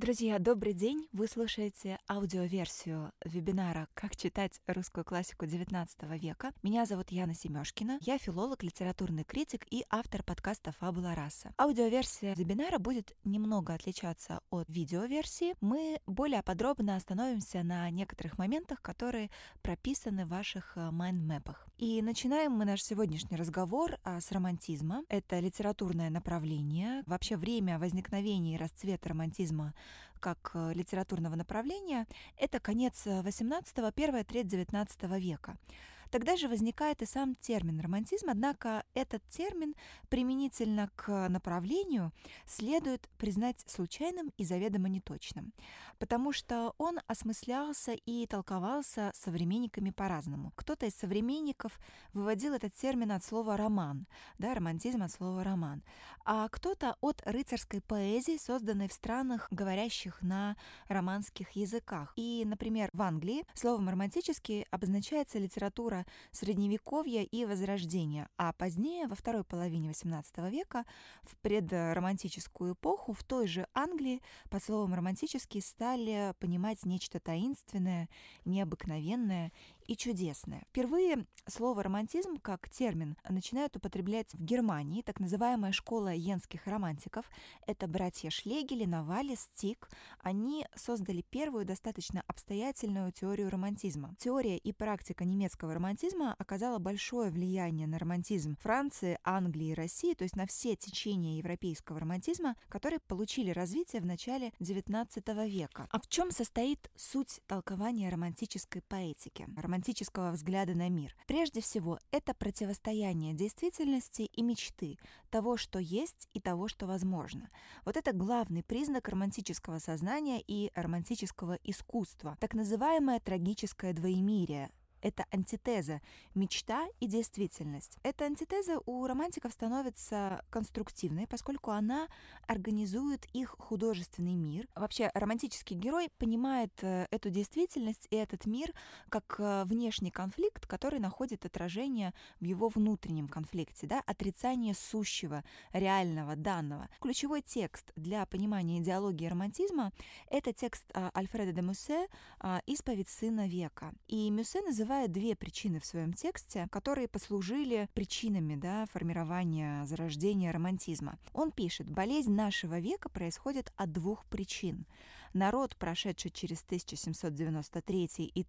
Друзья, добрый день! Вы слушаете аудиоверсию вебинара «Как читать русскую классику XIX века». Меня зовут Яна Семёшкина. Я филолог, литературный критик и автор подкаста «Фабула раса». Аудиоверсия вебинара будет немного отличаться от видеоверсии. Мы более подробно остановимся на некоторых моментах, которые прописаны в ваших майндмэпах. И начинаем мы наш сегодняшний разговор с романтизма. Это литературное направление. Вообще время возникновения и расцвета романтизма как литературного направления — это конец XVIII, первая треть XIX века. Тогда же возникает и сам термин романтизм, однако этот термин применительно к направлению следует признать случайным и заведомо неточным, потому что он осмыслялся и толковался современниками по-разному. Кто-то из современников выводил этот термин от слова «роман», романтизм от слова «роман», а кто-то от рыцарской поэзии, созданной в странах, говорящих на романских языках. И, например, в Англии словом «романтический» обозначается литература Средневековья и Возрождения, а позднее, во второй половине XVIII века, в предромантическую эпоху, в той же Англии под словом «романтический» стали понимать нечто таинственное, необыкновенное и чудесное. Впервые слово «романтизм» как термин начинают употреблять в Германии. Так называемая школа йенских романтиков — это братья Шлегели, Новалис, Тик. Они создали первую достаточно обстоятельную теорию романтизма. Теория и практика немецкого романтизма оказала большое влияние на романтизм Франции, Англии и России, то есть на все течения европейского романтизма, которые получили развитие в начале XIX века. А в чем состоит суть толкования романтической поэтики, романтического взгляда на мир? Прежде всего, это противостояние действительности и мечты, того, что есть, и того, что возможно. Вот это главный признак романтического сознания и романтического искусства, так называемое трагическое двоемирие. Это антитеза мечта и действительность. Эта антитеза у романтиков становится конструктивной, поскольку она организует их художественный мир. Вообще, романтический герой понимает эту действительность и этот мир как внешний конфликт, который находит отражение в его внутреннем конфликте, отрицание сущего, реального, данного. Ключевой текст для понимания идеологии романтизма — это текст Альфреда де Мюссе «Исповедь сына века». И Мюссе называет две причины в своем тексте, которые послужили причинами формирования, зарождения романтизма. Он пишет: болезнь нашего века происходит от двух причин. Народ, прошедший через 1793 и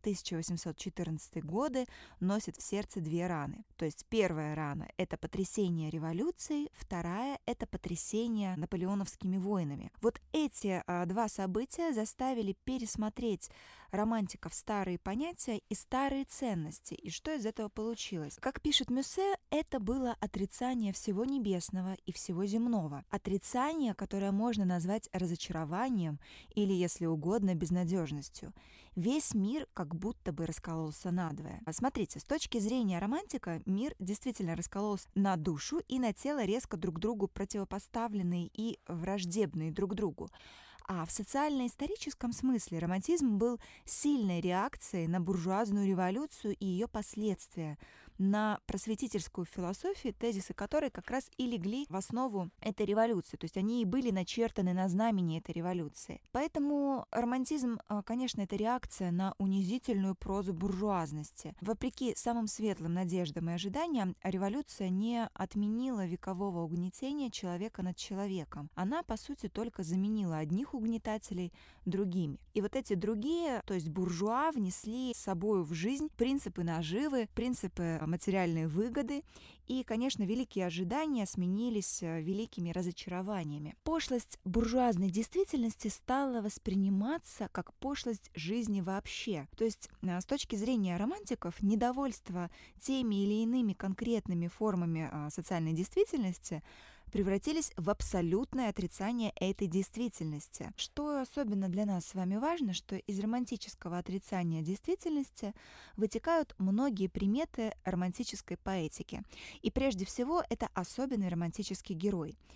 1814 годы, носит в сердце две раны. То есть первая рана — это потрясение революции, вторая — это потрясение наполеоновскими войнами. Вот эти два события заставили пересмотреть романтиков старые понятия и старые ценности. И что из этого получилось? Как пишет Мюссе, это было отрицание всего небесного и всего земного. Отрицание, которое можно назвать разочарованием или, если угодно, безнадежностью. Весь мир как будто бы раскололся надвое. Смотрите, с точки зрения романтика, мир действительно раскололся на душу и на тело, резко друг другу противопоставленные и враждебные друг другу. А в социально-историческом смысле романтизм был сильной реакцией на буржуазную революцию и ее последствия, на просветительскую философию, тезисы которой как раз и легли в основу этой революции, то есть они и были начертаны на знамени этой революции. Поэтому романтизм, конечно, это реакция на унизительную прозу буржуазности. Вопреки самым светлым надеждам и ожиданиям, революция не отменила векового угнетения человека над человеком. Она, по сути, только заменила одних угнетателей другими. И вот эти другие, то есть буржуа, внесли с собой в жизнь принципы наживы, принципы материальной выгоды, и, конечно, великие ожидания сменились великими разочарованиями. Пошлость буржуазной действительности стала восприниматься как пошлость жизни вообще. То есть, с точки зрения романтиков, недовольство теми или иными конкретными формами социальной действительности превратились в абсолютное отрицание этой действительности. Что особенно для нас с вами важно, что из романтического отрицания действительности вытекают многие приметы романтической поэтики. И прежде всего это особенный романтический герой.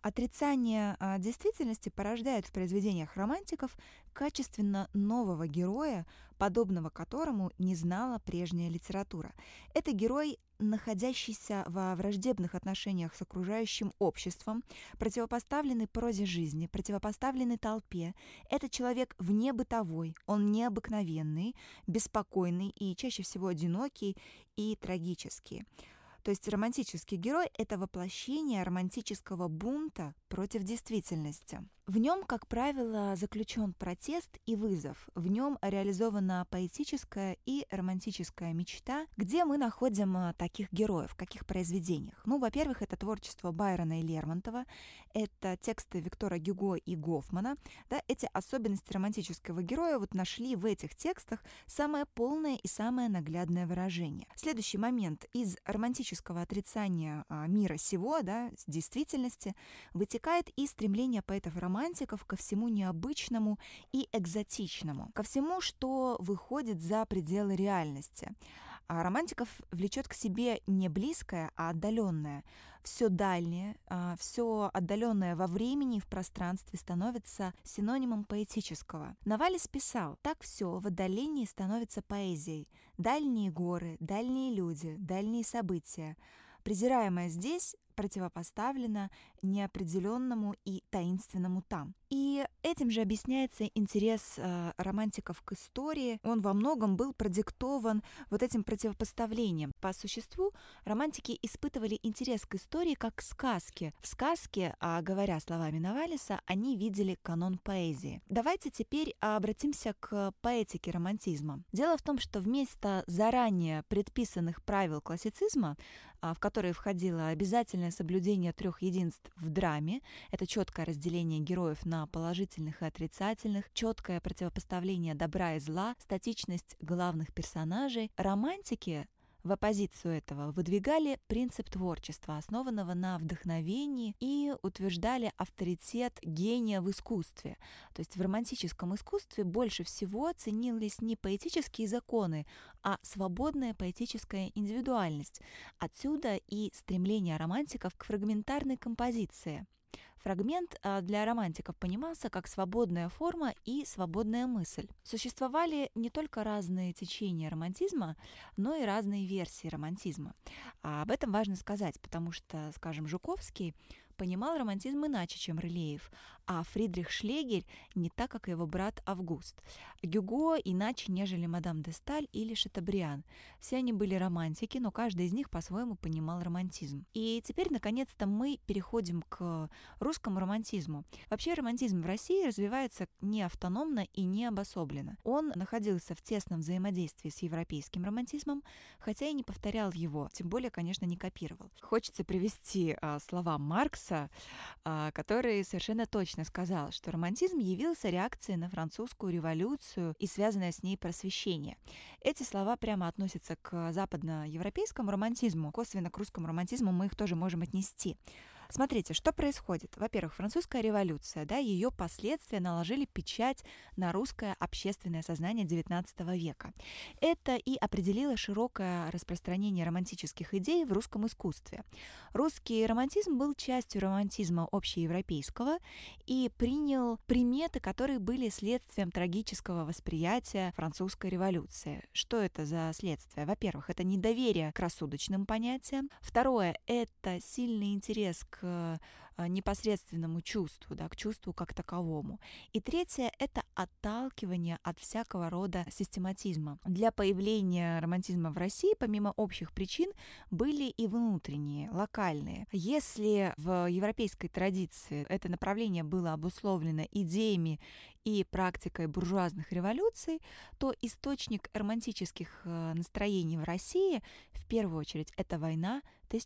Отрицание действительности порождает в произведениях романтиков качественно нового героя, подобного которому не знала прежняя литература. Это герой, находящийся во враждебных отношениях с окружающим обществом, противопоставленный прозе жизни, противопоставленный толпе. Это человек внебытовой, он необыкновенный, беспокойный и чаще всего одинокий и трагический. То есть романтический герой — это воплощение романтического бунта против действительности. В нем, как правило, заключен протест и вызов. В нем реализована поэтическая и романтическая мечта. Где мы находим таких героев, в каких произведениях? Во-первых, это творчество Байрона и Лермонтова, это тексты Виктора Гюго и Гофмана. Да, эти особенности романтического героя нашли в этих текстах самое полное и самое наглядное выражение. Следующий момент. Из романтического отрицания мира сего, действительности, вытекает и стремление поэтов-романтиков ко всему необычному и экзотичному, ко всему, что выходит за пределы реальности. А романтиков влечет к себе не близкое, а отдаленное. Все дальнее, все отдаленное во времени и в пространстве становится синонимом поэтического. Навалис писал: «Так все в отдалении становится поэзией. Дальние горы, дальние люди, дальние события. Презираемое здесь противопоставлено неопределенному и таинственному там». И этим же объясняется интерес романтиков к истории. Он во многом был продиктован этим противопоставлением. По существу романтики испытывали интерес к истории как к сказке. В сказке, говоря словами Навалиса, они видели канон поэзии. Давайте теперь обратимся к поэтике романтизма. Дело в том, что вместо заранее предписанных правил классицизма, в которые входило обязательное соблюдение 3 единств в драме, это четкое разделение героев на положительных и отрицательных, четкое противопоставление добра и зла, статичность главных персонажей, романтики в оппозицию этого выдвигали принцип творчества, основанного на вдохновении, и утверждали авторитет гения в искусстве. То есть в романтическом искусстве больше всего ценились не поэтические законы, а свободная поэтическая индивидуальность. Отсюда и стремление романтиков к фрагментарной композиции. Фрагмент для романтиков понимался как свободная форма и свободная мысль. Существовали не только разные течения романтизма, но и разные версии романтизма. Об этом важно сказать, потому что, скажем, Жуковский понимал романтизм иначе, чем Рылеев, а Фридрих Шлегель не так, как его брат Август. Гюго иначе, нежели мадам де Сталь или Шатобриан. Все они были романтики, но каждый из них по-своему понимал романтизм. И теперь, наконец-то, мы переходим к русскому романтизму. Вообще романтизм в России развивается не автономно и не обособленно. Он находился в тесном взаимодействии с европейским романтизмом, хотя и не повторял его, тем более, конечно, не копировал. Хочется привести слова Маркса, который совершенно точно сказал, что романтизм явился реакцией на французскую революцию и связанное с ней просвещение. Эти слова прямо относятся к западноевропейскому романтизму, косвенно к русскому романтизму мы их тоже можем отнести. Смотрите, что происходит. Во-первых, французская революция, ее последствия наложили печать на русское общественное сознание XIX века. Это и определило широкое распространение романтических идей в русском искусстве. Русский романтизм был частью романтизма общеевропейского и принял приметы, которые были следствием трагического восприятия французской революции. Что это за следствие? Во-первых, это недоверие к рассудочным понятиям. Второе – это сильный интерес к непосредственному чувству, к чувству как таковому. И третье – это отталкивание от всякого рода систематизма. Для появления романтизма в России, помимо общих причин, были и внутренние, локальные. Если в европейской традиции это направление было обусловлено идеями и практикой буржуазных революций, то источник романтических настроений в России, в первую очередь, это война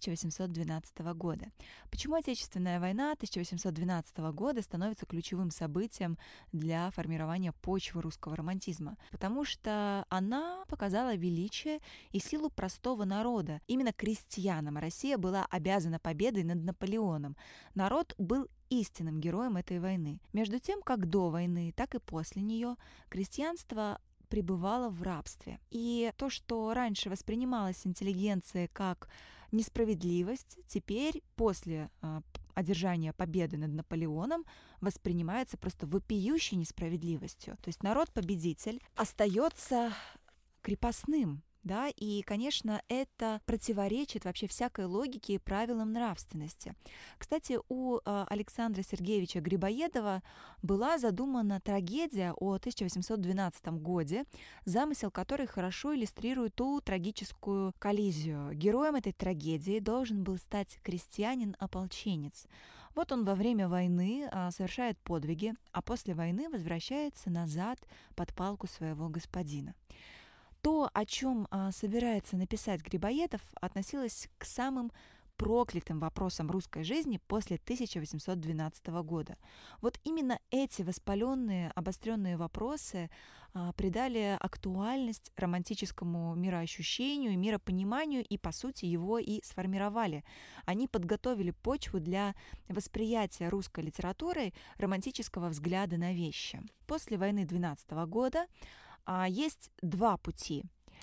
1812 года. Почему Отечественная война 1812 года становится ключевым событием для формирования почвы русского романтизма? Потому что она показала величие и силу простого народа. Именно крестьянам Россия была обязана победой над Наполеоном. Народ был истинным героем этой войны. Между тем, как до войны, так и после нее крестьянство пребывало в рабстве. И то, что раньше воспринималось интеллигенцией как несправедливость, теперь, после одержания победы над Наполеоном воспринимается просто вопиющей несправедливостью. То есть народ-победитель остается крепостным. Да, и, конечно, это противоречит вообще всякой логике и правилам нравственности. Кстати, у Александра Сергеевича Грибоедова была задумана трагедия о 1812 годе, замысел которой хорошо иллюстрирует ту трагическую коллизию. Героем этой трагедии должен был стать крестьянин-ополченец. Вот он во время войны совершает подвиги, а после войны возвращается назад под палку своего господина. То, о чем собирается написать Грибоедов, относилось к самым проклятым вопросам русской жизни после 1812 года. Вот именно эти воспаленные, обостренные вопросы придали актуальность романтическому мироощущению и миропониманию и, по сути, его и сформировали. Они подготовили почву для восприятия русской литературой романтического взгляда на вещи. После войны 12 года есть два пути.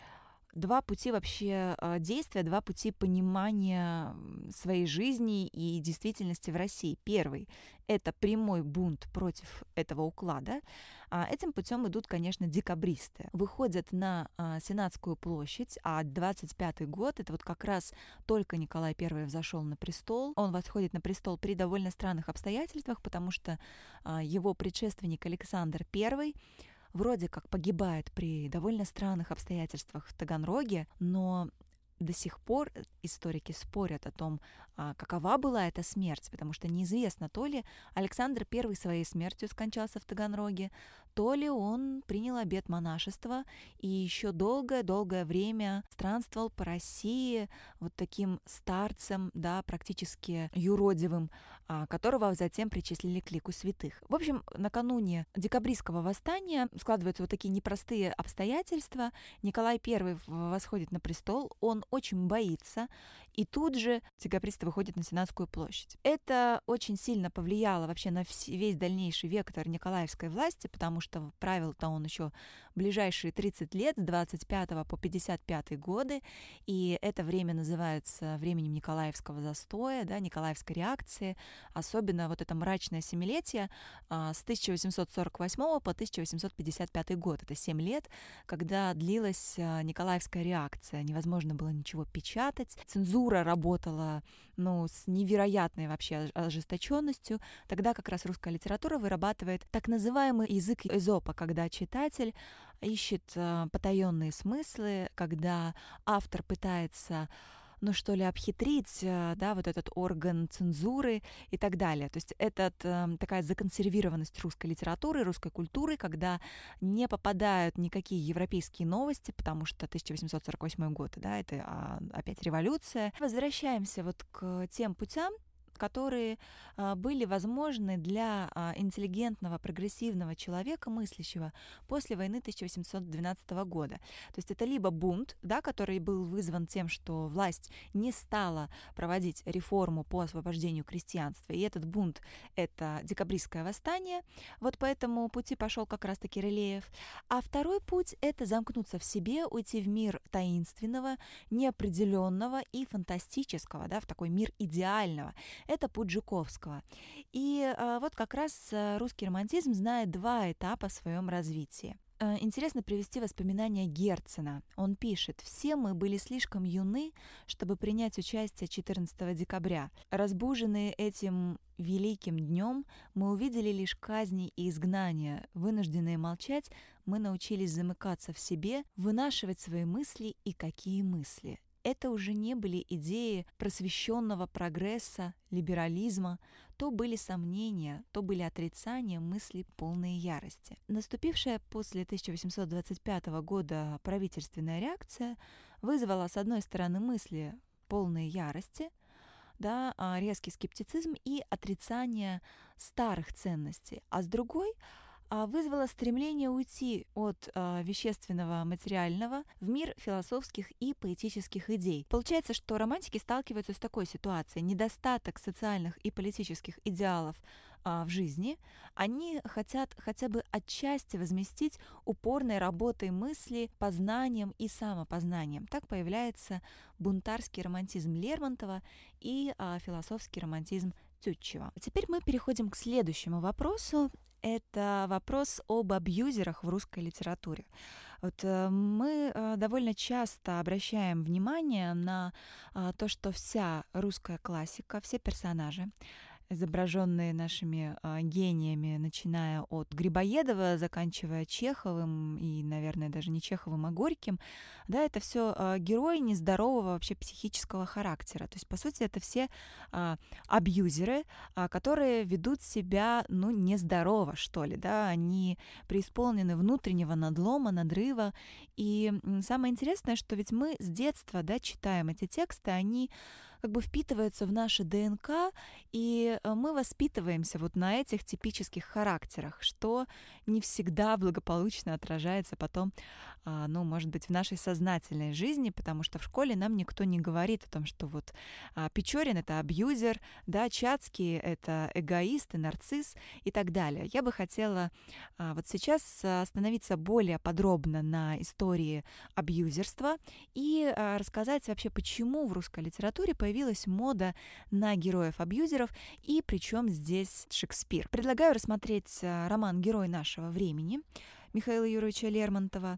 Два пути вообще действия, два пути понимания своей жизни и действительности в России. Первый — это прямой бунт против этого уклада. Этим путем идут, конечно, декабристы. Выходят на Сенатскую площадь, а 25-й год — это вот как раз только Николай I взошел на престол. Он восходит на престол при довольно странных обстоятельствах, потому что его предшественник Александр I вроде как погибает при довольно странных обстоятельствах в Таганроге, но до сих пор историки спорят о том, какова была эта смерть, потому что неизвестно, то ли Александр I своей смертью скончался в Таганроге, то ли он принял обет монашества и еще долгое-долгое время странствовал по России вот таким старцем, да, практически юродивым, которого затем причислили к лику святых. В общем, накануне декабристского восстания складываются вот такие непростые обстоятельства. Николай I восходит на престол, он очень боится, и тут же декабристы выходят на Сенатскую площадь. Это очень сильно повлияло вообще на весь дальнейший вектор николаевской власти, потому что правил-то он еще ближайшие 30 лет, с 25 по 55 годы, и это время называется временем Николаевского застоя, да, Николаевской реакции, особенно вот это мрачное семилетие с 1848 по 1855 год. Это 7 лет, когда длилась Николаевская реакция. Невозможно было ничего печатать. Цензура работала, с невероятной вообще ожесточенностью. Тогда как раз русская литература вырабатывает так называемый язык Эзопа, когда читатель ищет потаенные смыслы, когда автор пытается обхитрить, да, вот этот орган цензуры и так далее. То есть это такая законсервированность русской литературы, русской культуры, когда не попадают никакие европейские новости, потому что 1848 год, да, это опять революция. Возвращаемся вот к тем путям, которые были возможны для интеллигентного, прогрессивного человека, мыслящего после войны 1812 года. То есть это либо бунт, да, который был вызван тем, что власть не стала проводить реформу по освобождению крестьянства, и этот бунт — это декабристское восстание, вот по этому пути пошел как раз-таки Рылеев. А второй путь — это замкнуться в себе, уйти в мир таинственного, неопределенного и фантастического, да, в такой мир идеального. Это путь Жуковского. И вот как раз русский романтизм знает два этапа в своем развитии. Интересно привести воспоминания Герцена. Он пишет: «Все мы были слишком юны, чтобы принять участие 14 декабря. Разбуженные этим великим днем, мы увидели лишь казни и изгнания. Вынужденные молчать, мы научились замыкаться в себе, вынашивать свои мысли и какие мысли». Это уже не были идеи просвещенного прогресса, либерализма, то были сомнения, то были отрицания, мысли полные ярости. Наступившая после 1825 года правительственная реакция вызвала, с одной стороны, мысли полные ярости, да, резкий скептицизм и отрицание старых ценностей, а с другой вызвало стремление уйти от вещественного, материального в мир философских и поэтических идей. Получается, что романтики сталкиваются с такой ситуацией. Недостаток социальных и политических идеалов в жизни, они хотят хотя бы отчасти возместить упорной работой мысли, познанием и самопознанием. Так появляется бунтарский романтизм Лермонтова и философский романтизм Тютчева. Теперь мы переходим к следующему вопросу. Это вопрос об абьюзерах в русской литературе. Мы довольно часто обращаем внимание на то, что вся русская классика, все персонажи, изображенные нашими гениями, начиная от Грибоедова, заканчивая Чеховым и, наверное, даже не Чеховым, а Горьким, да, это все герои нездорового вообще психического характера. То есть, по сути, это все абьюзеры, которые ведут себя, нездорово, что ли, да, они преисполнены внутреннего надлома, надрыва. И самое интересное, что ведь мы с детства, да, читаем эти тексты, они как бы впитываются в наше ДНК, и мы воспитываемся вот на этих типических характерах, что не всегда благополучно отражается потом, может быть, в нашей сознательной жизни, потому что в школе нам никто не говорит о том, что вот Печорин — это абьюзер, да, Чацкий — это эгоист и нарцисс и так далее. Я бы хотела вот сейчас остановиться более подробно на истории абьюзерства и рассказать вообще, почему в русской литературе появилась мода на героев-абьюзеров и причем здесь Шекспир. Предлагаю рассмотреть роман «Герой нашего времени» Михаила Юрьевича Лермонтова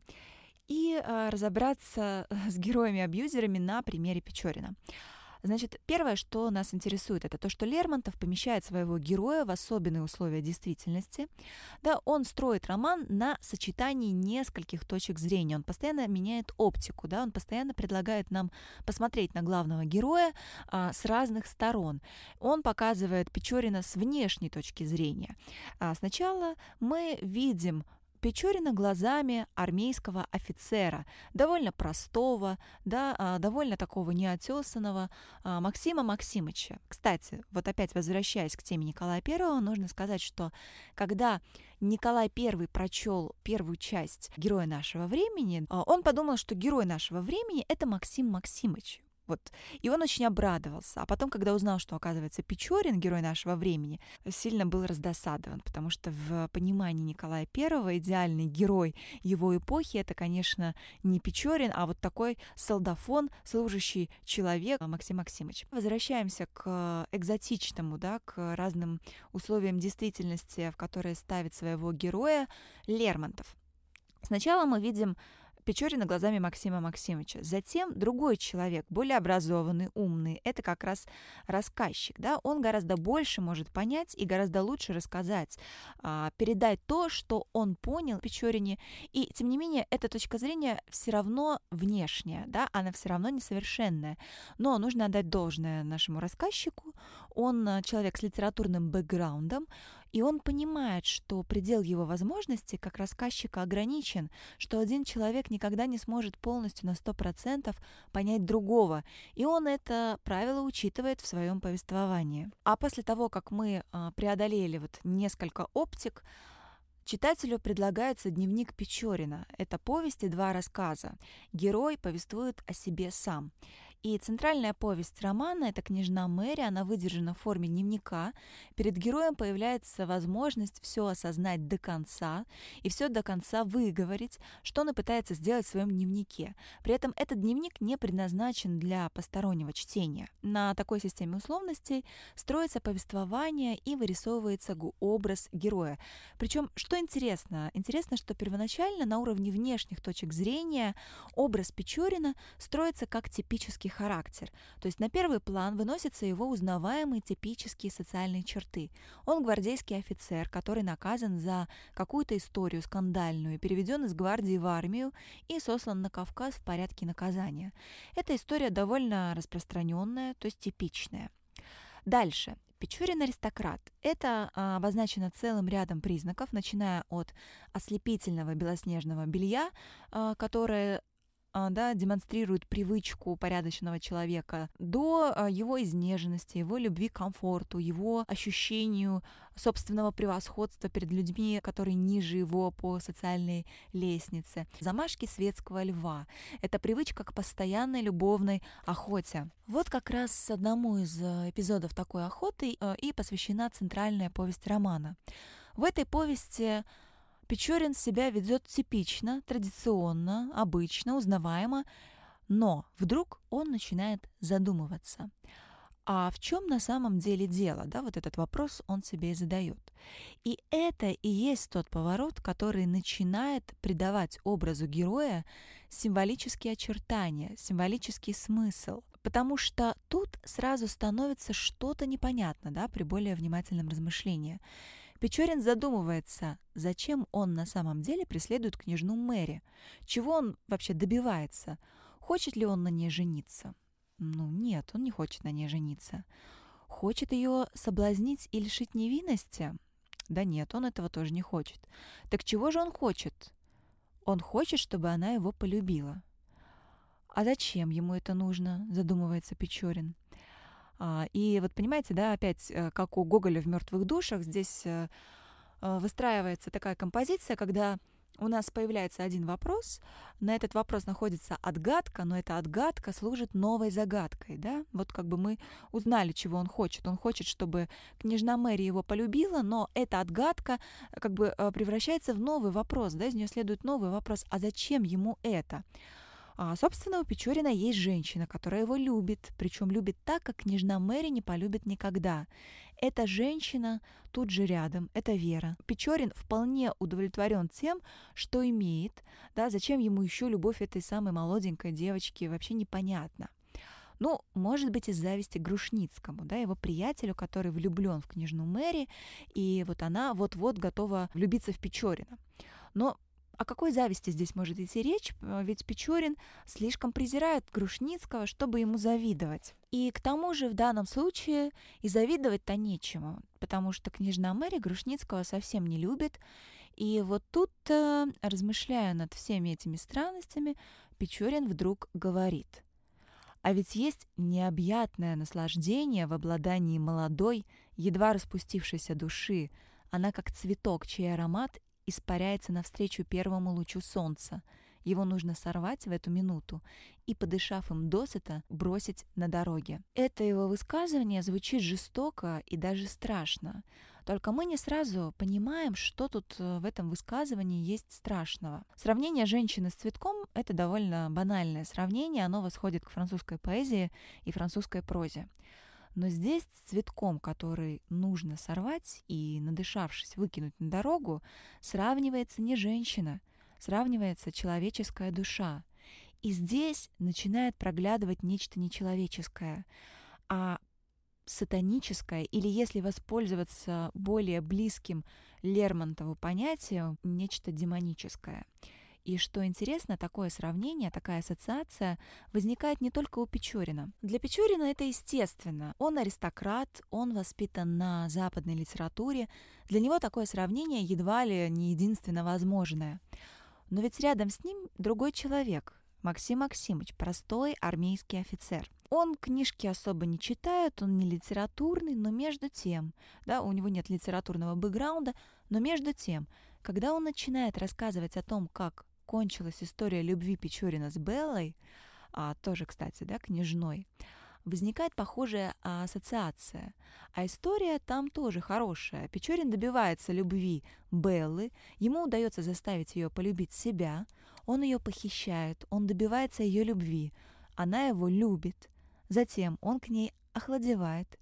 и разобраться с героями-абьюзерами на примере Печорина. Значит, первое, что нас интересует, это то, что Лермонтов помещает своего героя в особенные условия действительности. Да, он строит роман на сочетании нескольких точек зрения. Он постоянно меняет оптику, да, он постоянно предлагает нам посмотреть на главного героя с разных сторон. Он показывает Печорина с внешней точки зрения. Сначала мы видим Печорина глазами армейского офицера, довольно простого, да, довольно такого неотесанного Максима Максимыча. Кстати, вот опять возвращаясь к теме Николая I, нужно сказать, что когда Николай I прочел первую часть «Героя нашего времени», он подумал, что герой нашего времени — это Максим Максимыч. Вот. И он очень обрадовался. А потом, когда узнал, что, оказывается, Печорин, герой нашего времени, сильно был раздосадован, потому что в понимании Николая I идеальный герой его эпохи — это, конечно, не Печорин, а вот такой солдафон, служащий человек Максим Максимыч. Возвращаемся к экзотичному, да, к разным условиям действительности, в которые ставит своего героя Лермонтов. Сначала мы видим Печорина глазами Максима Максимовича. Затем другой человек, более образованный, умный, это как раз рассказчик. Да? Он гораздо больше может понять и гораздо лучше рассказать, передать то, что он понял в Печорине. И, тем не менее, эта точка зрения все равно внешняя, да? Она все равно несовершенная. Но нужно отдать должное нашему рассказчику. Он человек с литературным бэкграундом, и он понимает, что предел его возможностей как рассказчика ограничен, что один человек никогда не сможет полностью на 100% понять другого, и он это правило учитывает в своем повествовании. А после того, как мы преодолели вот несколько оптик, читателю предлагается дневник Печорина. Это повесть и два рассказа. Герой повествует о себе сам. И центральная повесть романа — это «Княжна Мэри», она выдержана в форме дневника. Перед героем появляется возможность все осознать до конца и все до конца выговорить, что он и пытается сделать в своем дневнике. При этом этот дневник не предназначен для постороннего чтения. На такой системе условностей строится повествование и вырисовывается образ героя. Причем, что интересно? Интересно, что первоначально на уровне внешних точек зрения образ Печорина строится как типический характер. То есть на первый план выносятся его узнаваемые типические социальные черты. Он гвардейский офицер, который наказан за какую-то историю скандальную, переведен из гвардии в армию и сослан на Кавказ в порядке наказания. Эта история довольно распространенная, то есть типичная. Дальше. Печорин аристократ. Это обозначено целым рядом признаков, начиная от ослепительного белоснежного белья, которое демонстрирует привычку порядочного человека, до его изнеженности, его любви к комфорту, его ощущению собственного превосходства перед людьми, которые ниже его по социальной лестнице. Замашки светского льва. Это привычка к постоянной любовной охоте. Вот как раз одному из эпизодов такой охоты и посвящена центральная повесть романа. В этой повести Печорин себя ведет типично, традиционно, обычно, узнаваемо, но вдруг он начинает задумываться. А в чем на самом деле дело? Да, вот этот вопрос он себе и задает. И это и есть тот поворот, который начинает придавать образу героя символические очертания, символический смысл. Потому что тут сразу становится что-то непонятно, да, при более внимательном размышлении. Печорин задумывается, зачем он на самом деле преследует княжну Мэри, чего он вообще добивается, хочет ли он на ней жениться. Ну нет, он не хочет на ней жениться. Хочет ее соблазнить и лишить невинности? Да нет, он этого тоже не хочет. Так чего же он хочет? Он хочет, чтобы она его полюбила. А зачем ему это нужно, задумывается Печорин. И вот понимаете, да, опять, как у Гоголя в «Мертвых душах», здесь выстраивается такая композиция, когда у нас появляется один вопрос, на этот вопрос находится отгадка, но эта отгадка служит новой загадкой, да? Вот как бы мы узнали, чего он хочет. Он хочет, чтобы княжна Мэри его полюбила, но эта отгадка как бы превращается в новый вопрос, да? Из нее следует новый вопрос, а зачем ему это? Собственно, у Печорина есть женщина, которая его любит, причем любит так, как княжна Мэри не полюбит никогда. Эта женщина тут же рядом, это Вера. Печорин вполне удовлетворен тем, что имеет, да, зачем ему еще любовь этой самой молоденькой девочки, вообще непонятно. Ну, может быть, из зависти к Грушницкому, да, его приятелю, который влюблен в княжну Мэри, и вот она вот-вот готова влюбиться в Печорина. Но о какой зависти здесь может идти речь? Ведь Печорин слишком презирает Грушницкого, чтобы ему завидовать. И к тому же в данном случае и завидовать-то нечему, потому что княжна Мэри Грушницкого совсем не любит. И вот тут, размышляя над всеми этими странностями, Печорин вдруг говорит: а ведь есть необъятное наслаждение в обладании молодой, едва распустившейся души. Она как цветок, чей аромат испаряется навстречу первому лучу солнца. Его нужно сорвать в эту минуту и, подышав им досыта, бросить на дороге. Это его высказывание звучит жестоко и даже страшно. Только мы не сразу понимаем, что тут в этом высказывании есть страшного. Сравнение женщины с цветком — это довольно банальное сравнение, оно восходит к французской поэзии и французской прозе. Но здесь с цветком, который нужно сорвать и, надышавшись, выкинуть на дорогу, сравнивается не женщина, сравнивается человеческая душа. И здесь начинает проглядывать нечто нечеловеческое, а сатаническое, или, если воспользоваться более близким Лермонтову понятием, нечто демоническое. И что интересно, такое сравнение, такая ассоциация возникает не только у Печорина. Для Печорина это естественно. Он аристократ, он воспитан на западной литературе. Для него такое сравнение едва ли не единственно возможное. Но ведь рядом с ним другой человек, Максим Максимыч, простой армейский офицер. Он книжки особо не читает, он не литературный, но между тем, да, у него нет литературного бэкграунда, но между тем, когда он начинает рассказывать о том, как кончилась история любви Печорина с Беллой, тоже, кстати, да, княжной, возникает похожая ассоциация. А история там тоже хорошая. Печорин добивается любви Беллы, ему удается заставить ее полюбить себя, он ее похищает, он добивается ее любви, она его любит, затем он к ней охладевает,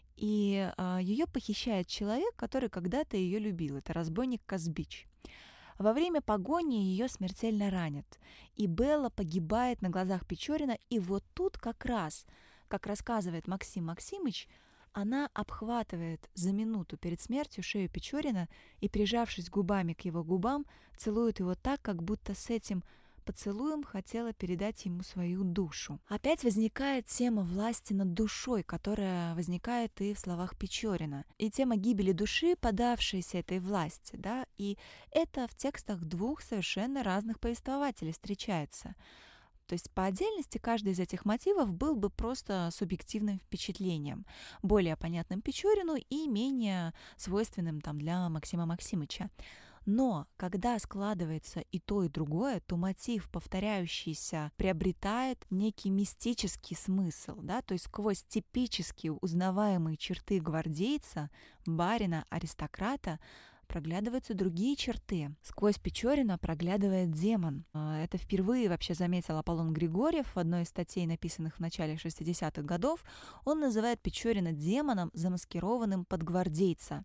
и ее похищает человек, который когда-то ее любил, это разбойник Казбич. Во время погони ее смертельно ранят, и Белла погибает на глазах Печорина, и вот тут как раз, как рассказывает Максим Максимыч, она обхватывает за минуту перед смертью шею Печорина и, прижавшись губами к его губам, целует его так, как будто с этим поцелуем хотела передать ему свою душу. Опять возникает тема власти над душой, которая возникает и в словах Печорина. И тема гибели души, подавшейся этой власти, да, и это в текстах двух совершенно разных повествователей встречается. То есть по отдельности каждый из этих мотивов был бы просто субъективным впечатлением, более понятным Печорину и менее свойственным там для Максима Максимыча. Но когда складывается и то, и другое, то мотив, повторяющийся, приобретает некий мистический смысл, да, то есть сквозь типически узнаваемые черты гвардейца, барина, аристократа проглядываются другие черты. Сквозь Печорина проглядывает демон. Это впервые вообще заметил Аполлон Григорьев в одной из статей, написанных в начале 60-х годов. Он называет Печорина демоном, замаскированным под гвардейца,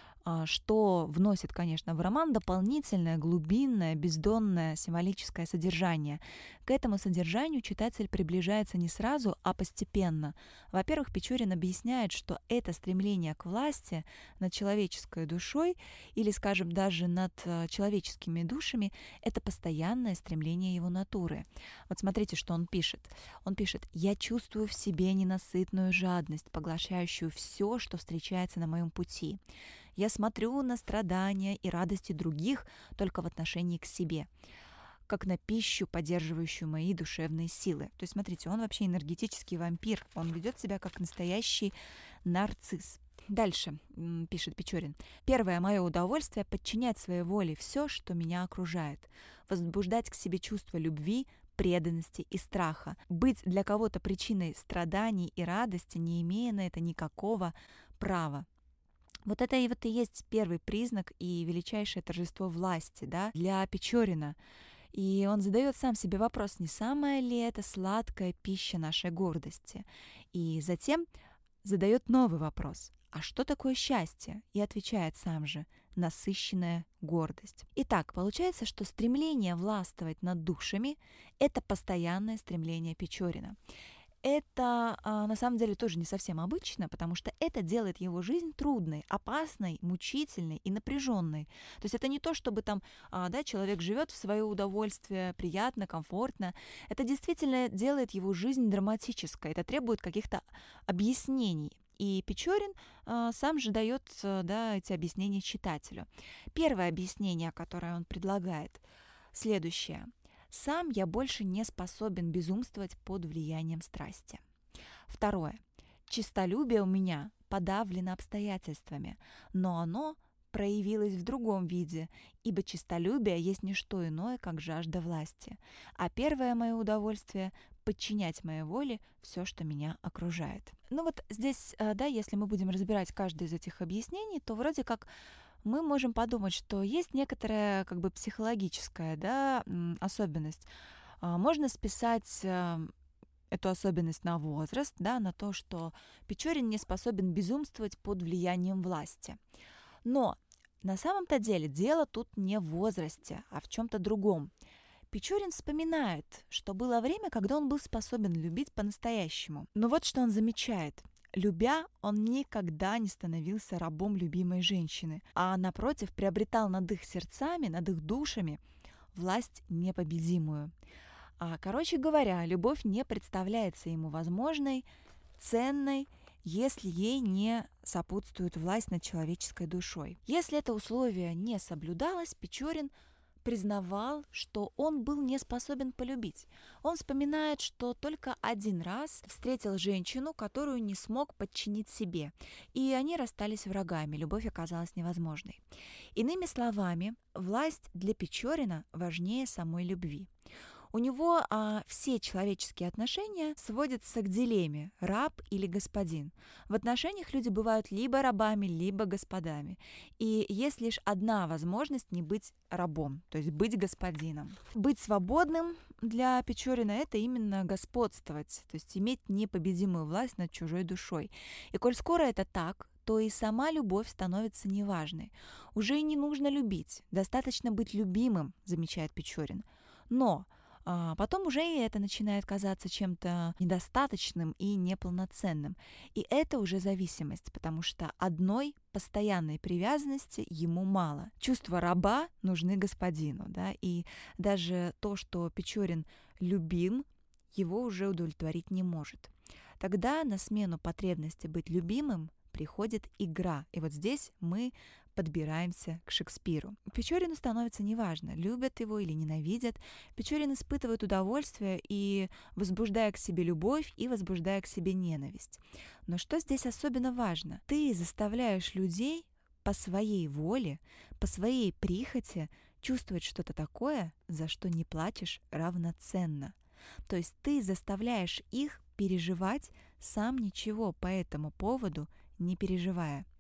что вносит, конечно, в роман дополнительное, глубинное, бездонное символическое содержание. К этому содержанию читатель приближается не сразу, а постепенно. Во-первых, Печорин объясняет, что это стремление к власти над человеческой душой или, скажем, даже над человеческими душами, это постоянное стремление его натуры. Вот смотрите, что он пишет. Он пишет: «Я чувствую в себе ненасытную жадность, поглощающую все, что встречается на моем пути. Я смотрю на страдания и радости других только в отношении к себе, как на пищу, поддерживающую мои душевные силы». То есть, смотрите, он вообще энергетический вампир. Он ведет себя как настоящий нарцисс. Дальше пишет Печорин. «Первое мое удовольствие — подчинять своей воле все, что меня окружает, возбуждать к себе чувство любви, преданности и страха, быть для кого-то причиной страданий и радости, не имея на это никакого права». Вот это и есть первый признак и величайшее торжество власти, да, для Печорина. И он задает сам себе вопрос, не самая ли это сладкая пища нашей гордости. И затем задает новый вопрос: а что такое счастье? И отвечает сам же: насыщенная гордость. Итак, получается, что стремление властвовать над душами — это постоянное стремление Печорина. Это на самом деле тоже не совсем обычно, потому что это делает его жизнь трудной, опасной, мучительной и напряженной. То есть это не то, чтобы там, человек живет в свое удовольствие, приятно, комфортно. Это действительно делает его жизнь драматической. Это требует каких-то объяснений. И Печорин сам же дает эти объяснения читателю. Первое объяснение, которое он предлагает, следующее. «Сам я больше не способен безумствовать под влиянием страсти». Второе. «Честолюбие у меня подавлено обстоятельствами, но оно проявилось в другом виде, ибо честолюбие есть не что иное, как жажда власти. А первое мое удовольствие — подчинять моей воле все, что меня окружает». Ну вот здесь, если мы будем разбирать каждое из этих объяснений, то вроде как мы можем подумать, что есть некоторая психологическая особенность. Можно списать эту особенность на возраст, на то, что Печорин не способен безумствовать под влиянием власти. Но на самом-то деле дело тут не в возрасте, а в чем-то другом. Печорин вспоминает, что было время, когда он был способен любить по-настоящему. Но вот что он замечает. Любя, он никогда не становился рабом любимой женщины, а напротив приобретал над их сердцами, над их душами власть непобедимую. Короче говоря, любовь не представляется ему возможной, ценной, если ей не сопутствует власть над человеческой душой. Если это условие не соблюдалось, Печорин признавал, что он был не способен полюбить. Он вспоминает, что только один раз встретил женщину, которую не смог подчинить себе, и они расстались врагами, любовь оказалась невозможной. Иными словами, власть для Печорина важнее самой любви. У него все человеческие отношения сводятся к дилемме «раб или господин». В отношениях люди бывают либо рабами, либо господами. И есть лишь одна возможность не быть рабом, то есть быть господином. Быть свободным для Печорина — это именно господствовать, то есть иметь непобедимую власть над чужой душой. И коль скоро это так, то и сама любовь становится неважной. Уже и не нужно любить, достаточно быть любимым, замечает Печорин. Но потом уже и это начинает казаться чем-то недостаточным и неполноценным. И это уже зависимость, потому что одной постоянной привязанности ему мало. Чувства раба нужны господину, и даже то, что Печорин любим, его уже удовлетворить не может. Тогда на смену потребности быть любимым приходит игра. И вот здесь мы подбираемся к Шекспиру. Печорину становится неважно, любят его или ненавидят. Печорин испытывает удовольствие и возбуждая к себе любовь, и возбуждая к себе ненависть. Но что здесь особенно важно? Ты заставляешь людей по своей воле, по своей прихоти чувствовать что-то такое, за что не платишь равноценно. То есть ты заставляешь их переживать, сам ничего по этому поводу не переживая.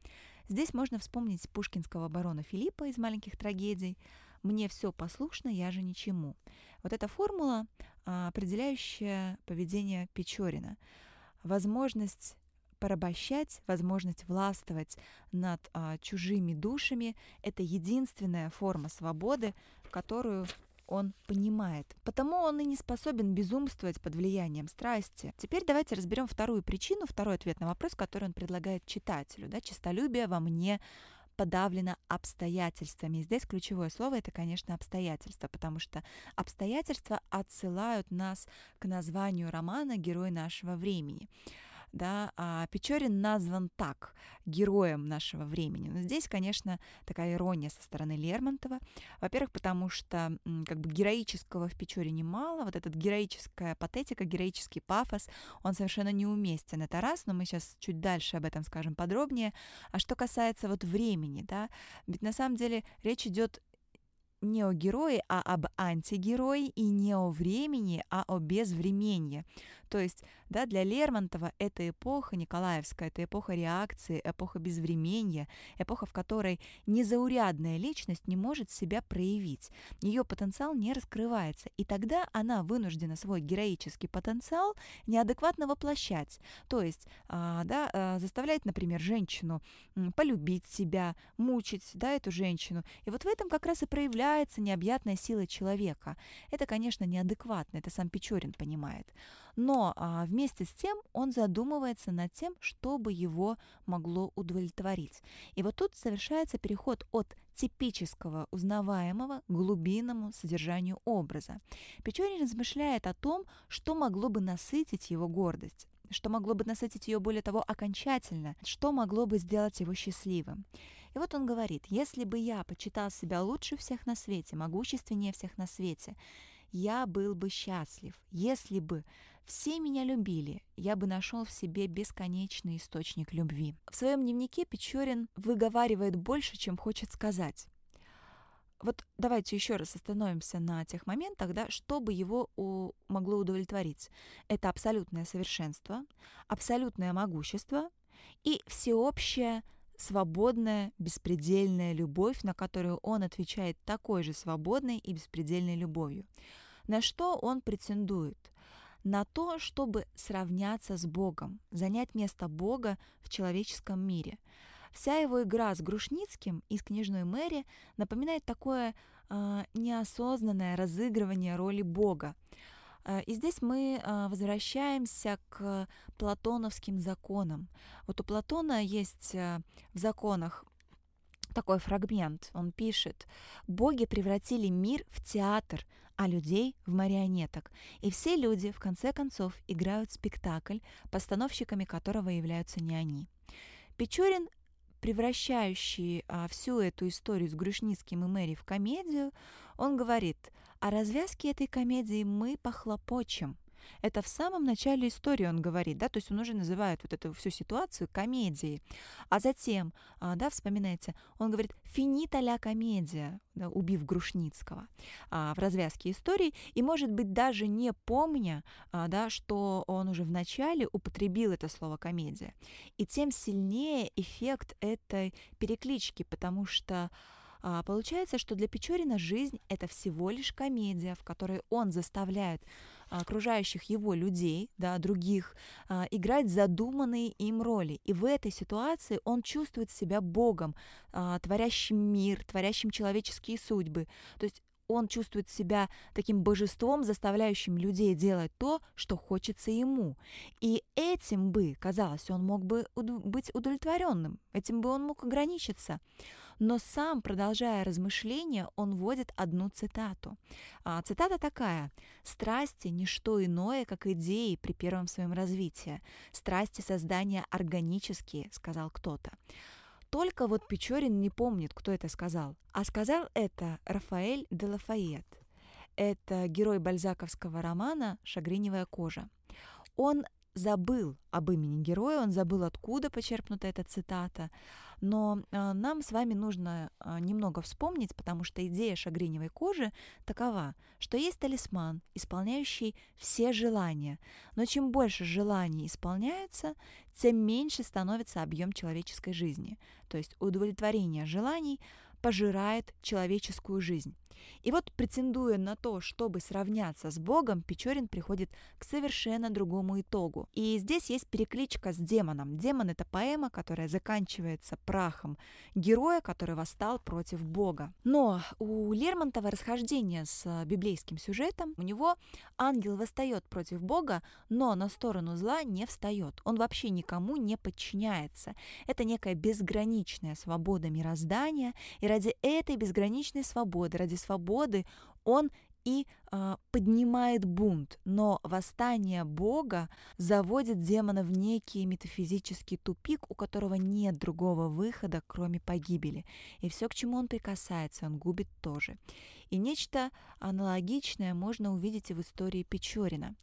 Здесь можно вспомнить пушкинского барона Филиппа из «Маленьких трагедий». «Мне все послушно, я же ничему». Вот эта формула, определяющая поведение Печорина. Возможность порабощать, возможность властвовать над чужими душами — это единственная форма свободы, которую он понимает. Потому он и не способен безумствовать под влиянием страсти. Теперь давайте разберем вторую причину, второй ответ на вопрос, который он предлагает читателю. Да? Честолюбие во мне подавлено обстоятельствами. И здесь ключевое слово — это, конечно, обстоятельства, потому что обстоятельства отсылают нас к названию романа «Герой нашего времени». Да, Печорин назван так, героем нашего времени. Но здесь, конечно, такая ирония со стороны Лермонтова. Во-первых, потому что как бы героического в Печорине мало. Вот эта героическая патетика, героический пафос, он совершенно неуместен. Это раз, но мы сейчас чуть дальше об этом скажем подробнее. А что касается вот времени, да, ведь на самом деле речь идет не о герое, а об антигерое, и не о времени, а о безвременье. То есть, да, для Лермонтова эта эпоха Николаевская, это эпоха реакции, эпоха безвременья, эпоха, в которой незаурядная личность не может себя проявить, ее потенциал не раскрывается, и тогда она вынуждена свой героический потенциал неадекватно воплощать, то есть заставлять, например, женщину полюбить себя, мучить, да, эту женщину, и вот в этом как раз и проявляется необъятная сила человека. Это, конечно, неадекватно, это сам Печорин понимает. Но вместе с тем он задумывается над тем, что бы его могло удовлетворить. И вот тут совершается переход от типического, узнаваемого к глубинному содержанию образа. Печорин размышляет о том, что могло бы насытить его гордость, что могло бы насытить ее, более того, окончательно, что могло бы сделать его счастливым. И вот он говорит: «Если бы я почитал себя лучше всех на свете, могущественнее всех на свете, я был бы счастлив. Если бы все меня любили, я бы нашел в себе бесконечный источник любви». В своем дневнике Печорин выговаривает больше, чем хочет сказать. Вот давайте еще раз остановимся на тех моментах, да, что бы его могло удовлетворить. Это абсолютное совершенство, абсолютное могущество и всеобщая свободная, беспредельная любовь, на которую он отвечает такой же свободной и беспредельной любовью. На что он претендует? На то, чтобы сравняться с Богом, занять место Бога в человеческом мире. Вся его игра с Грушницким и с княжной Мэри напоминает такое неосознанное разыгрывание роли Бога. И здесь мы возвращаемся к платоновским законам. Вот у Платона есть в законах такой фрагмент. Он пишет: «Боги превратили мир в театр, а людей в марионеток. И все люди, в конце концов, играют спектакль, постановщиками которого являются не они». Печорин, превращающий всю эту историю с Грушницким и Мэри в комедию, он говорит: «О развязке этой комедии мы похлопочем». Это в самом начале истории он говорит, да, то есть он уже называет вот эту всю ситуацию комедией. А затем, да, вспоминайте, он говорит «финита ля комедия», да, убив Грушницкого в развязке истории, и, может быть, даже не помня, да, что он уже в начале употребил это слово «комедия». И тем сильнее эффект этой переклички, потому что получается, что для Печорина жизнь — это всего лишь комедия, в которой он заставляет окружающих его людей, да, других, играть задуманные им роли. И в этой ситуации он чувствует себя Богом, творящим мир, творящим человеческие судьбы. То есть он чувствует себя таким божеством, заставляющим людей делать то, что хочется ему. И этим бы, казалось, он мог бы быть удовлетворенным, этим бы он мог ограничиться. Но сам, продолжая размышления, он вводит одну цитату. Цитата такая: «Страсти – не что иное, как идеи при первом своем развитии. Страсти создания органические», – сказал кто-то. Только вот Печорин не помнит, кто это сказал. А сказал это Рафаэль де Лафайет. Это герой бальзаковского романа «Шагреневая кожа». Он забыл об имени героя, он забыл, откуда почерпнута эта цитата, Но нам с вами нужно немного вспомнить, потому что идея шагреневой кожи такова, что есть талисман, исполняющий все желания. Но чем больше желаний исполняется, тем меньше становится объем человеческой жизни. То есть удовлетворение желаний пожирает человеческую жизнь. И вот, претендуя на то, чтобы сравняться с Богом, Печорин приходит к совершенно другому итогу. И здесь есть перекличка с демоном. Демон — это поэма, которая заканчивается прахом героя, который восстал против Бога. Но у Лермонтова расхождение с библейским сюжетом. У него ангел восстает против Бога, но на сторону зла не встает. Он вообще никому не подчиняется. Это некая безграничная свобода мироздания, и ради этой безграничной свободы, ради свободы он и поднимает бунт. Но восстание Бога заводит демона в некий метафизический тупик, у которого нет другого выхода, кроме погибели. И все, к чему он прикасается, он губит тоже. И нечто аналогичное можно увидеть и в истории Печорина.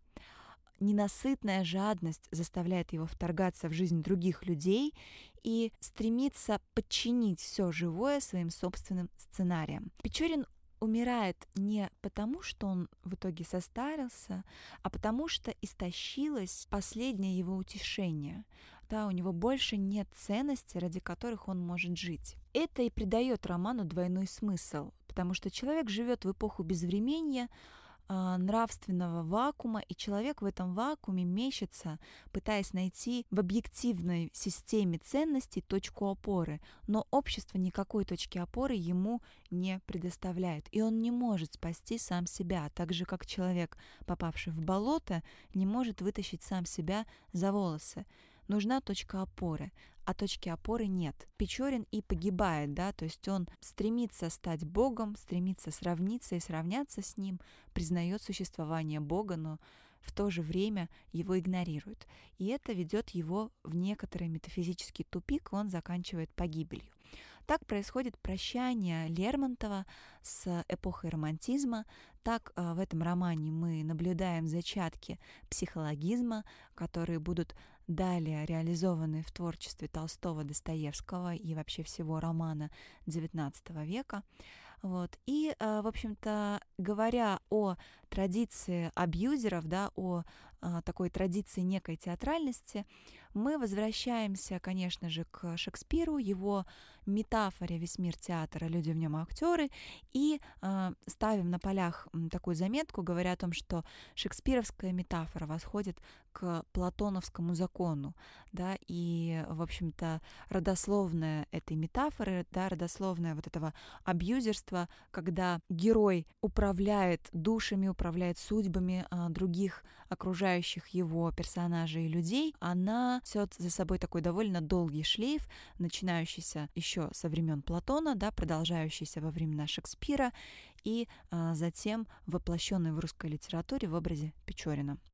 Ненасытная жадность заставляет его вторгаться в жизнь других людей и стремиться подчинить все живое своим собственным сценариям. Печорин умирает не потому, что он в итоге состарился, а потому что истощилось последнее его утешение. Да, у него больше нет ценностей, ради которых он может жить. Это и придает роману двойной смысл, потому что человек живет в эпоху безвременья, нравственного вакуума, и человек в этом вакууме мечется, пытаясь найти в объективной системе ценностей точку опоры, но общество никакой точки опоры ему не предоставляет, и он не может спасти сам себя, так же, как человек, попавший в болото, не может вытащить сам себя за волосы. Нужна точка опоры, а точки опоры нет. Печорин и погибает, да, то есть он стремится стать Богом, стремится сравниться и сравняться с Ним, признает существование Бога, но в то же время его игнорирует. И это ведет его в некоторый метафизический тупик, он заканчивает погибелью. Так происходит прощание Лермонтова с эпохой романтизма. Так в этом романе мы наблюдаем зачатки психологизма, которые будут далее реализованы в творчестве Толстого, Достоевского и вообще всего романа XIX века. Вот. И, в общем-то, говоря о традиции абьюзеров, да, о такой традиции некой театральности, мы возвращаемся, конечно же, к Шекспиру, его метафоре «Весь мир театра, люди в нем актеры», и ставим на полях такую заметку, говоря о том, что шекспировская метафора восходит к платоновскому закону, да, и, в общем-то, родословная этой метафоры, да, родословная вот этого абьюзерства, когда герой управляет душами, управляет судьбами других окружающих его персонажей и людей, она несет за собой такой довольно долгий шлейф, начинающийся еще со времен Платона, да, продолжающийся во времена Шекспира и затем воплощенный в русской литературе в образе Печорина.